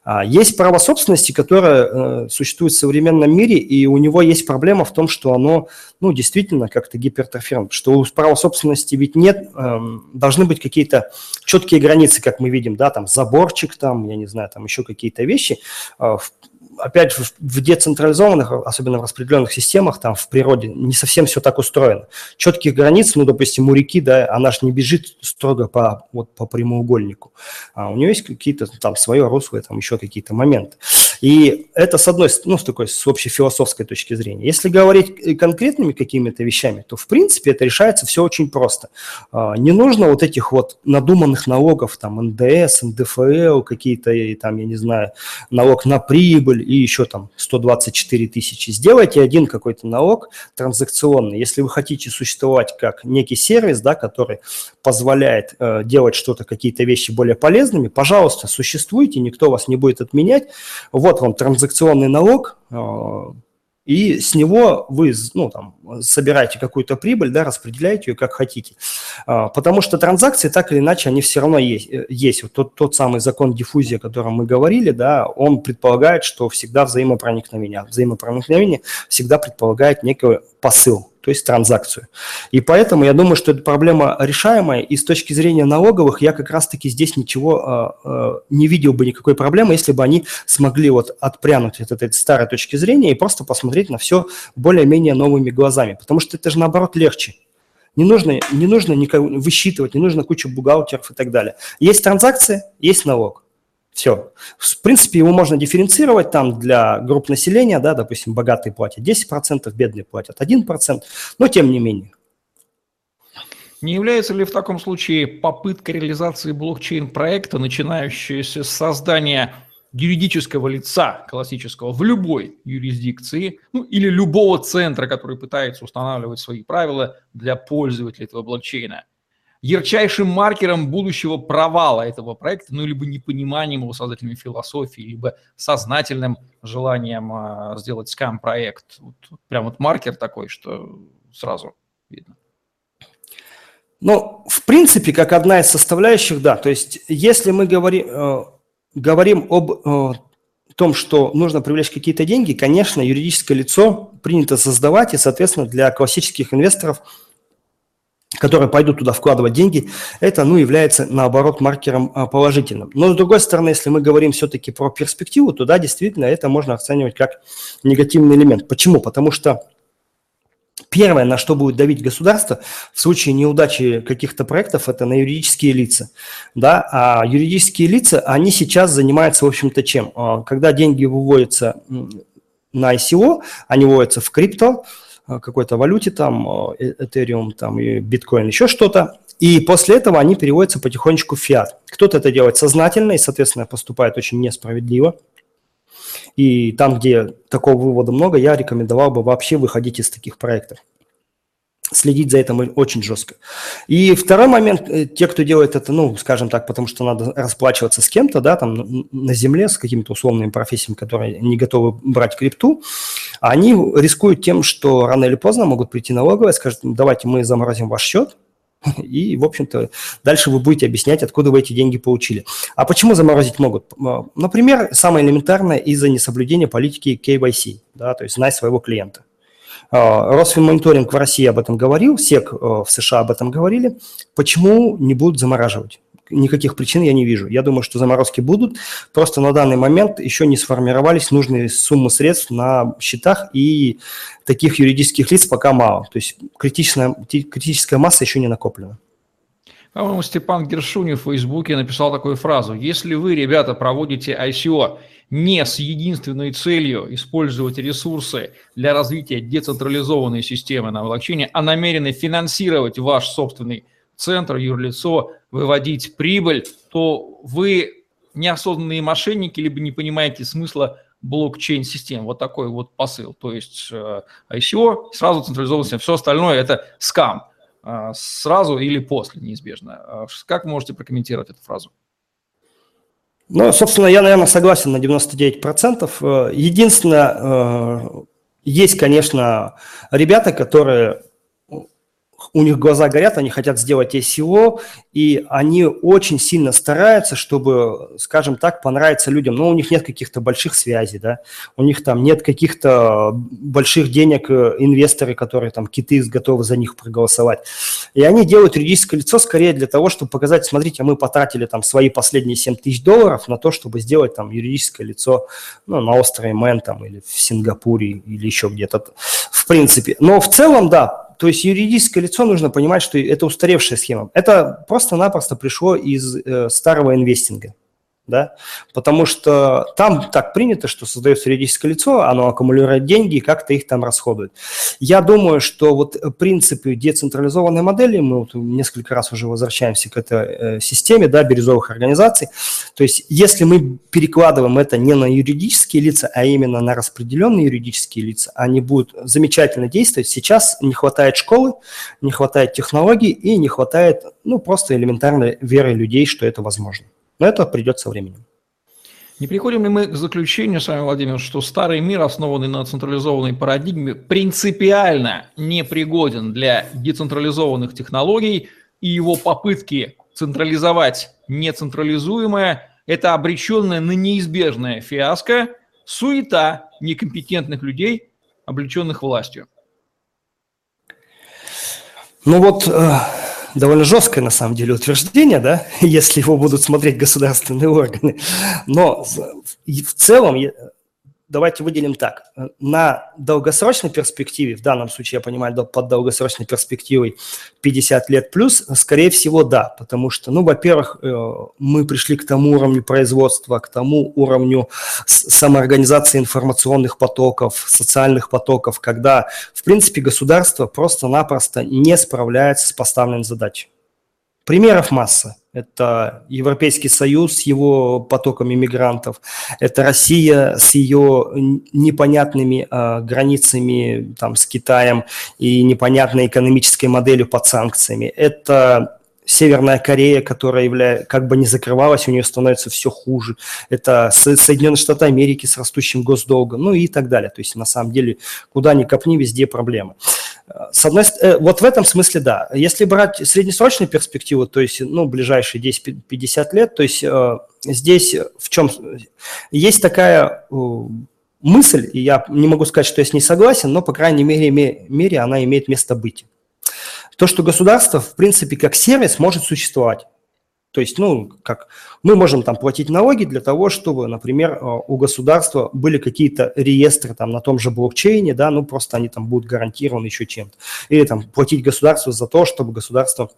А есть право собственности, которое э, существует в современном мире, и у него есть проблема в том, что оно, ну, действительно как-то гипертрофировано, что у права собственности ведь нет, э, должны быть какие-то четкие границы, как мы видим, да, там заборчик, там, я не знаю, там еще какие-то вещи. Э, в, опять же, в децентрализованных, особенно в распределенных системах, там в природе не совсем все так устроено. Четких границ, ну, допустим, у реки, да, она же не бежит строго по, вот, по прямоугольнику. А у нее есть какие-то там свое русло, там еще какие-то моменты. И это с одной, ну, с такой, с общей философской точки зрения. Если говорить конкретными какими-то вещами, то, в принципе, это решается все очень просто. Не нужно вот этих вот надуманных налогов, там, эн дэ эс, эн дэ эф эл, какие-то, там, я не знаю, налог на прибыль и еще там сто двадцать четыре тысячи. Сделайте один какой-то налог транзакционный. Если вы хотите существовать как некий сервис, да, который позволяет э, делать что-то, какие-то вещи более полезными, пожалуйста, существуйте, никто вас не будет отменять. Вот вам транзакционный налог, э, и с него вы, ну, там, собираете какую-то прибыль, да, распределяете ее как хотите. А, потому что транзакции, так или иначе, они все равно есть. есть. Вот тот, тот самый закон диффузии, о котором мы говорили, да, он предполагает, что всегда взаимопроникновение. А взаимопроникновение всегда предполагает некий посыл, то есть транзакцию. И поэтому я думаю, что эта проблема решаемая, и с точки зрения налоговых я как раз-таки здесь ничего а, а, не видел бы никакой проблемы, если бы они смогли вот отпрянуть от этой старой точки зрения и просто посмотреть на все более-менее новыми глазами, потому что это же наоборот легче. Не нужно, не нужно никого высчитывать, не нужно кучу бухгалтеров и так далее. Есть транзакция, есть налог. Все. В принципе, его можно дифференцировать там для групп населения, да, допустим, богатые платят десять процентов, бедные платят один процент, но тем не менее. Не является ли в таком случае попытка реализации блокчейн-проекта, начинающаяся с создания юридического лица классического в любой юрисдикции, ну, или любого центра, который пытается устанавливать свои правила для пользователей этого блокчейна, ярчайшим маркером будущего провала этого проекта, ну, либо непониманием его создателями философии, либо сознательным желанием а, сделать скам-проект? Вот, прям вот маркер такой, что сразу видно. Ну, в принципе, как одна из составляющих, да. То есть, если мы говорим, э, говорим об э, том, что нужно привлечь какие-то деньги, конечно, юридическое лицо принято создавать, и, соответственно, для классических инвесторов, которые пойдут туда вкладывать деньги, это, ну, является, наоборот, маркером а, положительным. Но, с другой стороны, если мы говорим все-таки про перспективу, то, да, действительно, это можно оценивать как негативный элемент. Почему? Потому что первое, на что будет давить государство в случае неудачи каких-то проектов, это на юридические лица. Да? А юридические лица, они сейчас занимаются, в общем-то, чем? Когда деньги выводятся на ай си о, они выводятся в крипто, какой-то валюте, там, Ethereum, там, и биткоин, еще что-то. И после этого они переводятся потихонечку в фиат. Кто-то это делает сознательно и, соответственно, поступает очень несправедливо. И там, где такого вывода много, я рекомендовал бы вообще выходить из таких проектов. Следить за этим очень жестко. И второй момент, те, кто делает это, ну, скажем так, потому что надо расплачиваться с кем-то, да, там на земле, с какими-то условными профессиями, которые не готовы брать крипту, они рискуют тем, что рано или поздно могут прийти налоговая и скажут, давайте мы заморозим ваш счет, и, в общем-то, дальше вы будете объяснять, откуда вы эти деньги получили. А почему заморозить могут? Например, самое элементарное из-за несоблюдения политики кей вай си, да, то есть знать своего клиента. Росфинмониторинг в России об этом говорил, сек в США об этом говорили. Почему не будут замораживать? Никаких причин я не вижу. Я думаю, что заморозки будут. Просто на данный момент еще не сформировались нужные суммы средств на счетах, и таких юридических лиц пока мало. То есть критичная, критическая масса еще не накоплена. По-моему, Степан Гершунев в Фейсбуке написал такую фразу: если вы, ребята, проводите ай си о не с единственной целью использовать ресурсы для развития децентрализованной системы на блокчейне, а намерены финансировать ваш собственный центр, юрлицо, выводить прибыль, то вы неосознанные мошенники, либо не понимаете смысла блокчейн-систем. Вот такой вот посыл. То есть ай си о, сразу централизованность, все остальное – это скам. Сразу или после, неизбежно. Как вы можете прокомментировать эту фразу? Ну, собственно, я, наверное, согласен на девяносто девять процентов. Единственное, есть, конечно, ребята, которые у них глаза горят, они хотят сделать эс и о, и они очень сильно стараются, чтобы, скажем так, понравиться людям. Но у них нет каких-то больших связей, да, у них там нет каких-то больших денег, инвесторы, которые там киты готовы за них проголосовать. И они делают юридическое лицо скорее для того, чтобы показать, смотрите, мы потратили там свои последние семь тысяч долларов на то, чтобы сделать там юридическое лицо, ну, на острове Мэн там или в Сингапуре или еще где-то, в принципе. Но в целом, да, то есть юридическое лицо, нужно понимать, что это устаревшая схема. Это просто-напросто пришло из э, старого инвестинга, да, потому что там так принято, что создается юридическое лицо, оно аккумулирует деньги и как-то их там расходует. Я думаю, что вот принципы децентрализованной модели, мы вот несколько раз уже возвращаемся к этой э, системе, да, бирюзовых организаций, то есть если мы перекладываем это не на юридические лица, а именно на распределенные юридические лица, они будут замечательно действовать. Сейчас не хватает школы, не хватает технологий и не хватает, ну, просто элементарной веры людей, что это возможно. Но это придет со временем. Не приходим ли мы к заключению с вами, Владимир, что старый мир, основанный на централизованной парадигме, принципиально непригоден для децентрализованных технологий, и его попытки централизовать нецентрализуемое – это обреченная на неизбежное фиаско, суета некомпетентных людей, облеченных властью? Ну вот... Довольно жесткое, на самом деле, утверждение, да, если его будут смотреть государственные органы. Но в целом, давайте выделим так. На долгосрочной перспективе, в данном случае, я понимаю, под долгосрочной перспективой пятьдесят лет плюс, скорее всего, да. Потому что, ну, во-первых, мы пришли к тому уровню производства, к тому уровню самоорганизации информационных потоков, социальных потоков, когда, в принципе, государство просто-напросто не справляется с поставленной задачей. Примеров масса. Это Европейский Союз с его потоками мигрантов, это Россия с ее непонятными э, границами там, с Китаем и непонятной экономической моделью под санкциями. Это Северная Корея, которая является, как бы не закрывалась, у нее становится все хуже. Это Соединенные Штаты Америки с растущим госдолгом, ну и так далее. То есть на самом деле куда ни копни, везде проблемы. С одной стороны, вот в этом смысле да. Если брать среднесрочную перспективу, то есть ну, ближайшие десять-пятьдесят лет, то есть э, здесь в чем есть такая э, мысль, и я не могу сказать, что я с ней согласен, но по крайней мере, мере она имеет место быть. То, что государство, в принципе, как сервис может существовать. То есть, ну, как мы можем там платить налоги для того, чтобы, например, у государства были какие-то реестры там на том же блокчейне, да, ну, просто они там будут гарантированы еще чем-то. Или там платить государству за то, чтобы государство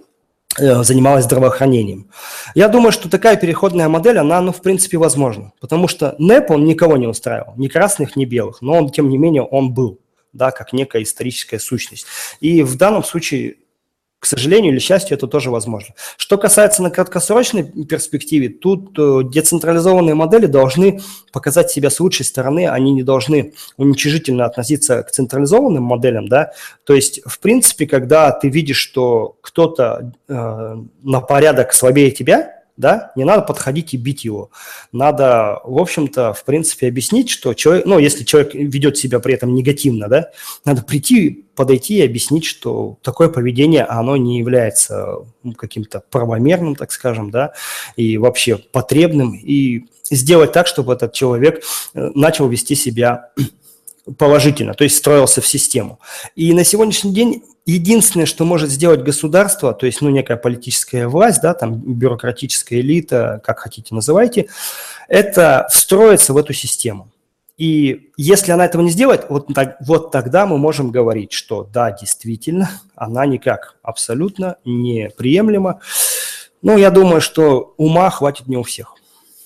э, занималось здравоохранением. Я думаю, что такая переходная модель, она, ну, в принципе, возможна. Потому что НЭП, он никого не устраивал, ни красных, ни белых, но он, тем не менее, он был, да, как некая историческая сущность. И в данном случае, к сожалению или счастью, это тоже возможно. Что касается на краткосрочной перспективе, тут децентрализованные модели должны показать себя с лучшей стороны, они не должны уничижительно относиться к централизованным моделям, да. То есть, в принципе, когда ты видишь, что кто-то э, на порядок слабее тебя, да, не надо подходить и бить его. Надо, в общем-то, в принципе, объяснить, что человек, ну, если человек ведет себя при этом негативно, да, надо прийти, подойти и объяснить, что такое поведение, оно не является каким-то правомерным, так скажем, да, и вообще потребным, и сделать так, чтобы этот человек начал вести себя положительно, то есть строился в систему. И на сегодняшний день единственное, что может сделать государство, то есть, ну, некая политическая власть, да, там, бюрократическая элита, как хотите называйте, это встроиться в эту систему. И если она этого не сделает, вот, так, вот тогда мы можем говорить, что да, действительно, она никак абсолютно неприемлема. Ну, я думаю, что ума хватит не у всех.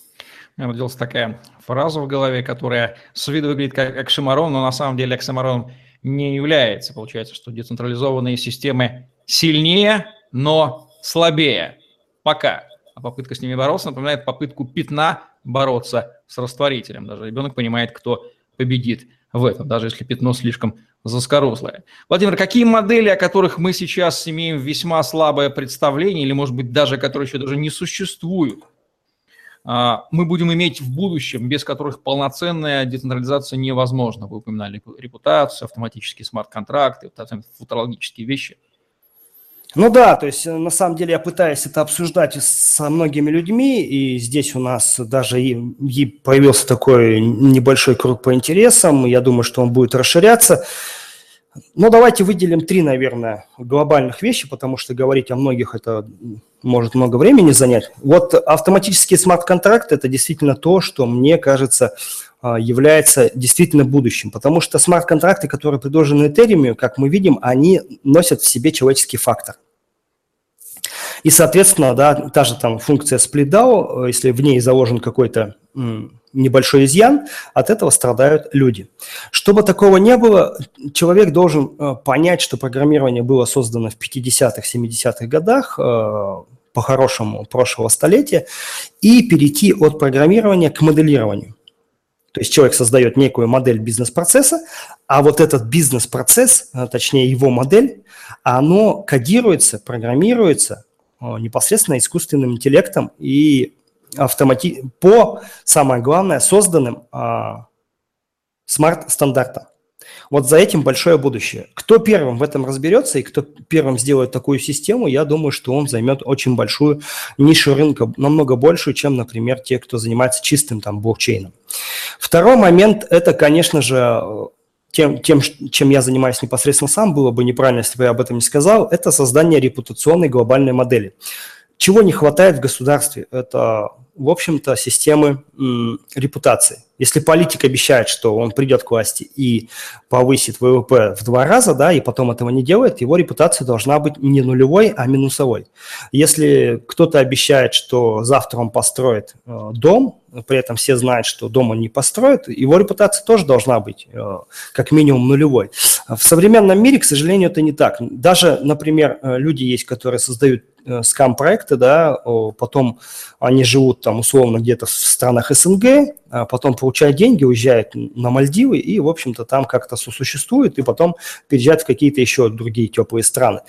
У меня родилась такая фраза в голове, которая с виду выглядит как оксиморон, но на самом деле оксиморон не является. Получается, что децентрализованные системы сильнее, но слабее. Пока. А попытка с ними бороться напоминает попытку пятна бороться с растворителем. Даже ребенок понимает, кто победит в этом, даже если пятно слишком заскорузлое. Владимир, какие модели, о которых мы сейчас имеем весьма слабое представление, или, может быть, даже которые еще даже не существуют, мы будем иметь в будущем, без которых полноценная децентрализация невозможна? Вы упоминали репутацию, автоматические смарт-контракты, футурологические вещи. Ну да, то есть на самом деле я пытаюсь это обсуждать со многими людьми, и здесь у нас даже и, и появился такой небольшой круг по интересам, я думаю, что он будет расширяться. Но давайте выделим три, наверное, глобальных вещи, потому что говорить о многих это может много времени занять. Вот автоматические смарт-контракты – это действительно то, что, мне кажется, является действительно будущим, потому что смарт-контракты, которые предложены Ethereum, как мы видим, они носят в себе человеческий фактор. И, соответственно, да, та же там функция SplitDAO, если в ней заложен какой-то небольшой изъян, от этого страдают люди. Чтобы такого не было, человек должен понять, что программирование было создано в пятидесятых, семидесятых годах, по-хорошему, прошлого столетия, и перейти от программирования к моделированию. То есть человек создает некую модель бизнес-процесса, а вот этот бизнес-процесс, точнее его модель, оно кодируется, программируется непосредственно искусственным интеллектом и автомати... по, самое главное, созданным а, смарт-стандартам. Вот за этим большое будущее. Кто первым в этом разберется и кто первым сделает такую систему, я думаю, что он займет очень большую нишу рынка, намного большую, чем, например, те, кто занимается чистым там блокчейном. Второй момент – это, конечно же, тем, тем, чем я занимаюсь непосредственно сам, было бы неправильно, если бы я об этом не сказал, это создание репутационной глобальной модели. Чего не хватает в государстве? Это, в общем-то, системы м, репутации. Если политик обещает, что он придет к власти и повысит вэ вэ пэ в два раза, да, и потом этого не делает, его репутация должна быть не нулевой, а минусовой. Если кто-то обещает, что завтра он построит э, дом, при этом все знают, что дом он не построит, его репутация тоже должна быть э, как минимум нулевой. В современном мире, к сожалению, это не так. Даже, например, люди есть, которые создают скам-проекты, да, потом они живут там условно где-то в странах эс эн гэ, а потом получают деньги, уезжают на Мальдивы и, в общем-то, там как-то сосуществуют и потом переезжают в какие-то еще другие теплые страны.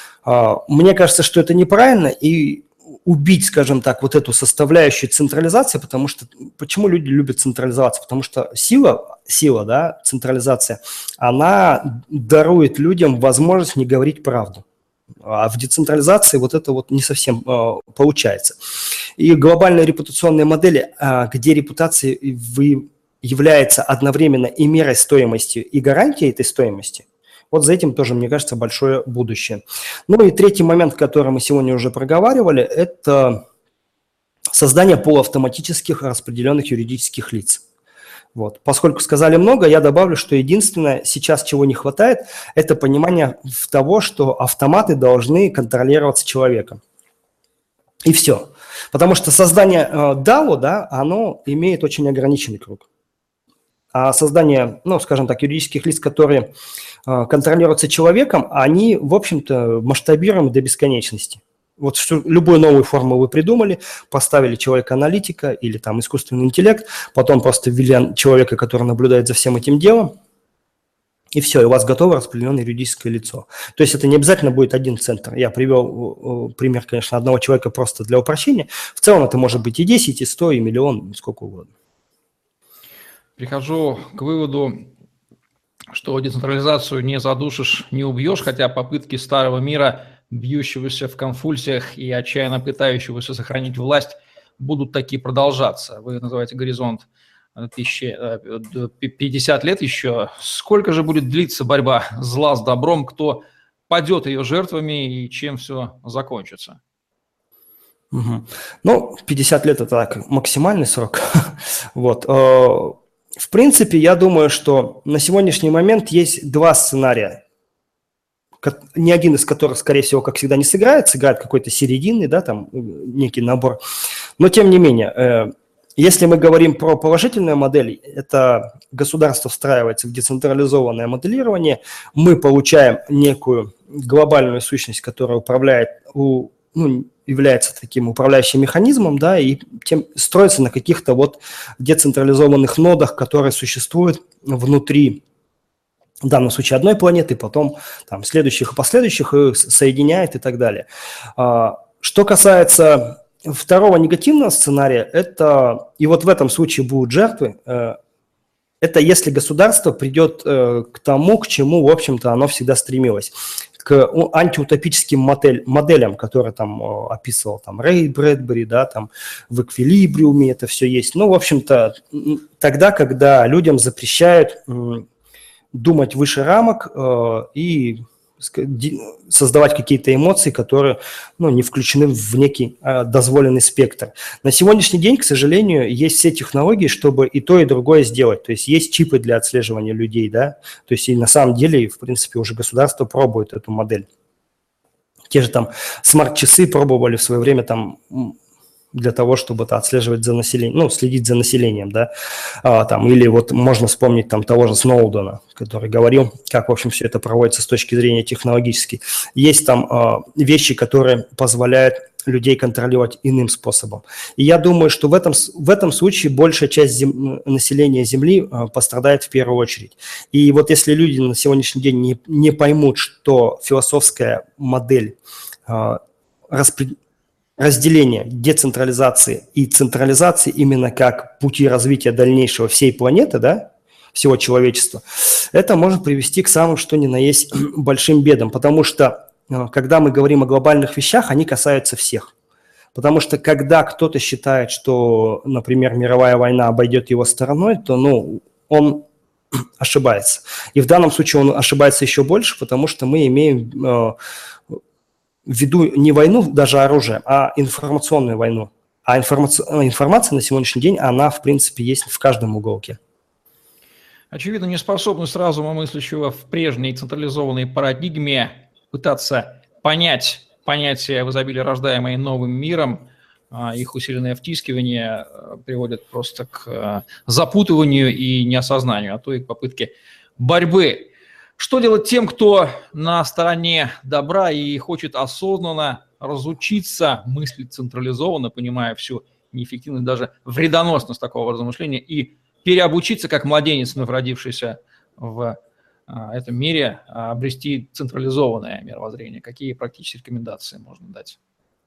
Мне кажется, что это неправильно, и убить, скажем так, вот эту составляющую централизации, потому что, почему люди любят централизацию? Потому что сила, сила, да, централизация, она дарует людям возможность не говорить правду. А в децентрализации вот это вот не совсем э, получается. И глобальные репутационные модели, э, где репутация вы, является одновременно и мерой стоимости, и гарантией этой стоимости, вот за этим тоже, мне кажется, большое будущее. Ну и третий момент, который мы сегодня уже проговаривали, это создание полуавтоматических распределенных юридических лиц. Вот. Поскольку сказали много, я добавлю, что единственное сейчас, чего не хватает, это понимание того, что автоматы должны контролироваться человеком. И все. Потому что создание дао, да, оно имеет очень ограниченный круг. А создание, ну, скажем так, юридических лиц, которые контролируются человеком, они, в общем-то, масштабируемы до бесконечности. Вот что, любую новую форму вы придумали, поставили человека-аналитика или там искусственный интеллект, потом просто ввели человека, который наблюдает за всем этим делом, и все, и у вас готово распределенное юридическое лицо. То есть это не обязательно будет один центр. Я привел пример, конечно, одного человека просто для упрощения. В целом это может быть и десять, и сто, и миллион, сколько угодно. Прихожу к выводу, что децентрализацию не задушишь, не убьешь, хотя попытки старого мира, бьющегося в конвульсиях и отчаянно пытающегося сохранить власть, будут такие продолжаться. Вы называете горизонт пятьдесят лет еще. Сколько же будет длиться борьба зла с добром, кто падет ее жертвами и чем все закончится? Угу. Ну, пятьдесят лет – это так, максимальный срок. Вот. В принципе, я думаю, что на сегодняшний момент есть два сценария, ни один из которых, скорее всего, как всегда, не сыграет, сыграет какой-то серединный, да, там, некий набор. Но, тем не менее, если мы говорим про положительную модель, это государство встраивается в децентрализованное моделирование, мы получаем некую глобальную сущность, которая управляет, ну, является таким управляющим механизмом, да, и тем строится на каких-то вот децентрализованных нодах, которые существуют внутри, в данном случае, одной планеты, потом там следующих и последующих их соединяет и так далее. Что касается второго негативного сценария, это, и вот в этом случае будут жертвы, это если государство придет к тому, к чему, в общем-то, оно всегда стремилось, к антиутопическим модель, моделям, которые там описывал там Рэй Брэдбери, да, там в эквилибриуме это все есть. Ну, в общем-то, тогда, когда людям запрещают думать выше рамок э, и создавать какие-то эмоции, которые, ну, не включены в некий э, дозволенный спектр. На сегодняшний день, к сожалению, есть все технологии, чтобы и то, и другое сделать. То есть есть чипы для отслеживания людей, да, то есть и на самом деле, в принципе, уже государство пробует эту модель. Те же там смарт-часы пробовали в свое время там для того, чтобы это отслеживать за населением, ну, следить за населением, да, а, там, или вот можно вспомнить там того же Сноудена, который говорил, как, в общем, все это проводится с точки зрения технологической. Есть там а, вещи, которые позволяют людей контролировать иным способом. И я думаю, что в этом, в этом случае большая часть зем, населения Земли а, пострадает в первую очередь. И вот если люди на сегодняшний день не, не поймут, что философская модель а, распределения, разделение децентрализации и централизации именно как пути развития дальнейшего всей планеты, да, всего человечества, это может привести к самым что ни на есть большим бедам, потому что когда мы говорим о глобальных вещах, они касаются всех. Потому что когда кто-то считает, что, например, мировая война обойдет его стороной, то, ну, он ошибается. И в данном случае он ошибается еще больше, потому что мы имеем в виду не войну, даже оружие, а информационную войну. А информация, информация на сегодняшний день, она, в принципе, есть в каждом уголке. Очевидно, неспособность разума мыслящего в прежней централизованной парадигме пытаться понять понятия в изобилии, рождаемые новым миром, их усиленное втискивание приводит просто к запутыванию и неосознанию, а то и к попытке борьбы. Что делать тем, кто на стороне добра и хочет осознанно разучиться мыслить централизованно, понимая всю неэффективность, даже вредоносность такого размышления, и переобучиться, как младенец, вновь родившийся в а, этом мире, а, обрести централизованное мировоззрение? Какие практические рекомендации можно дать?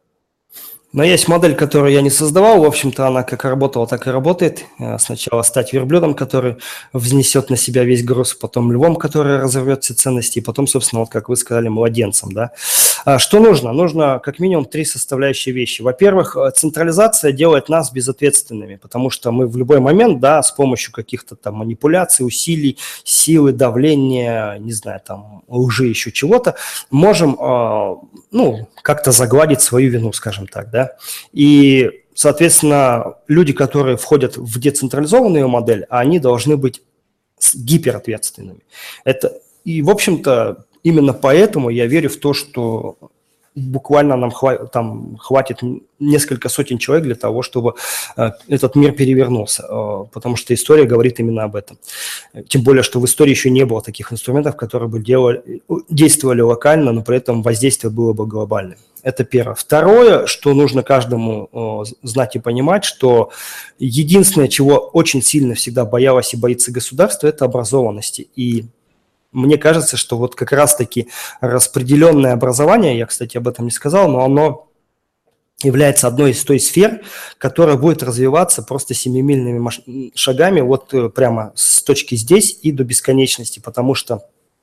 Но есть модель, которую я не создавал, в общем-то, она как работала, так и работает. Сначала стать верблюдом, который взнесет на себя весь груз, потом львом, который разорвет все ценности, и потом, собственно, вот как вы сказали, младенцем, да. Что нужно? Нужно как минимум три составляющие вещи. Во-первых, централизация делает нас безответственными, потому что мы в любой момент, да, с помощью каких-то там манипуляций, усилий, силы, давления, не знаю, там, лжи, еще чего-то, можем, ну, как-то загладить свою вину, скажем так, да. И, соответственно, люди, которые входят в децентрализованную модель, они должны быть гиперответственными. Это, и, в общем-то, именно поэтому я верю в то, что буквально нам хватит, там, хватит несколько сотен человек для того, чтобы э, этот мир перевернулся, э, потому что история говорит именно об этом. Тем более, что в истории еще не было таких инструментов, которые бы делали, действовали локально, но при этом воздействие было бы глобальным. Это первое. Второе, что нужно каждому э, знать и понимать, что единственное, чего очень сильно всегда боялось и боится государство, это образованности. И мне кажется, что вот как раз-таки распределенное образование, я, кстати, об этом не сказал, но оно является одной из той сфер, которая будет развиваться просто семимильными шагами вот прямо с точки здесь и до бесконечности, потому что,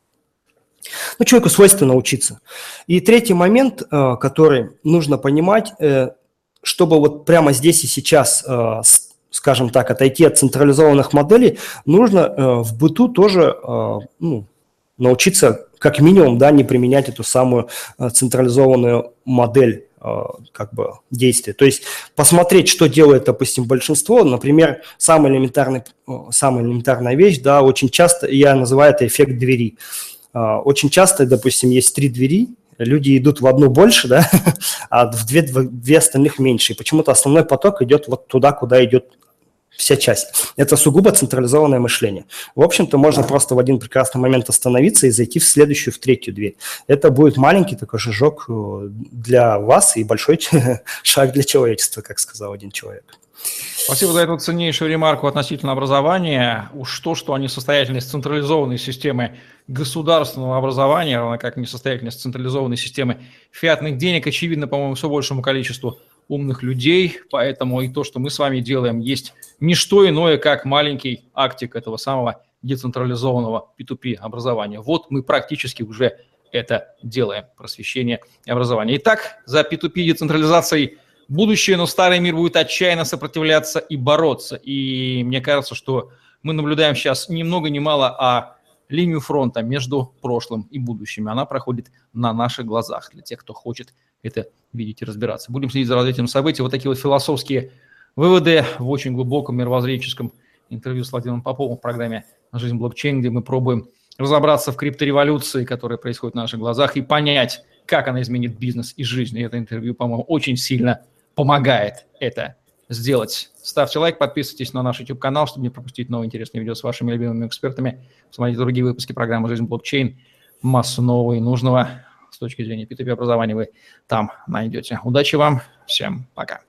ну, человеку свойственно учиться. И третий момент, который нужно понимать, чтобы вот прямо здесь и сейчас, скажем так, отойти от централизованных моделей, нужно в быту тоже, ну, научиться как минимум, да, не применять эту самую централизованную модель как бы действия. То есть посмотреть, что делает, допустим, большинство. Например, самая элементарная, самая элементарная вещь, да, очень часто, я называю это эффект двери. Очень часто, допустим, есть три двери, люди идут в одну больше, да, а в две, в две остальных меньше. И почему-то основной поток идет вот туда, куда идет вся часть. Это сугубо централизованное мышление. В общем-то, можно просто в один прекрасный момент остановиться и зайти в следующую, в третью дверь. Это будет маленький такой шажок для вас и большой шаг для человечества, как сказал один человек. Спасибо за эту ценнейшую ремарку относительно образования. Уж то, что несостоятельность централизованной системы государственного образования, равно как несостоятельность централизованной системы фиатных денег, очевидно, по-моему, все большему количеству умных людей, поэтому и то, что мы с вами делаем, есть не что иное, как маленький актик этого самого децентрализованного пи ту пи образования. Вот мы практически уже это делаем. Просвещение и образование. Итак, за пи ту пи децентрализацией будущее, но старый мир будет отчаянно сопротивляться и бороться. И мне кажется, что мы наблюдаем сейчас ни много ни мало, а линию фронта между прошлым и будущим. Она проходит на наших глазах для тех, кто хочет это видеть и разбираться. Будем следить за развитием событий. Вот такие вот философские выводы в очень глубоком мировоззренческом интервью с Владимиром Поповым в программе «Жизнь блокчейн», где мы пробуем разобраться в криптореволюции, которая происходит на наших глазах, и понять, как она изменит бизнес и жизнь. И это интервью, по-моему, очень сильно помогает это сделать. Ставьте лайк, подписывайтесь на наш YouTube-канал, чтобы не пропустить новые интересные видео с вашими любимыми экспертами. Смотрите другие выпуски программы «Жизнь блокчейн». Массу нового и нужного с точки зрения пи ту пи образования вы там найдете. Удачи вам. Всем пока.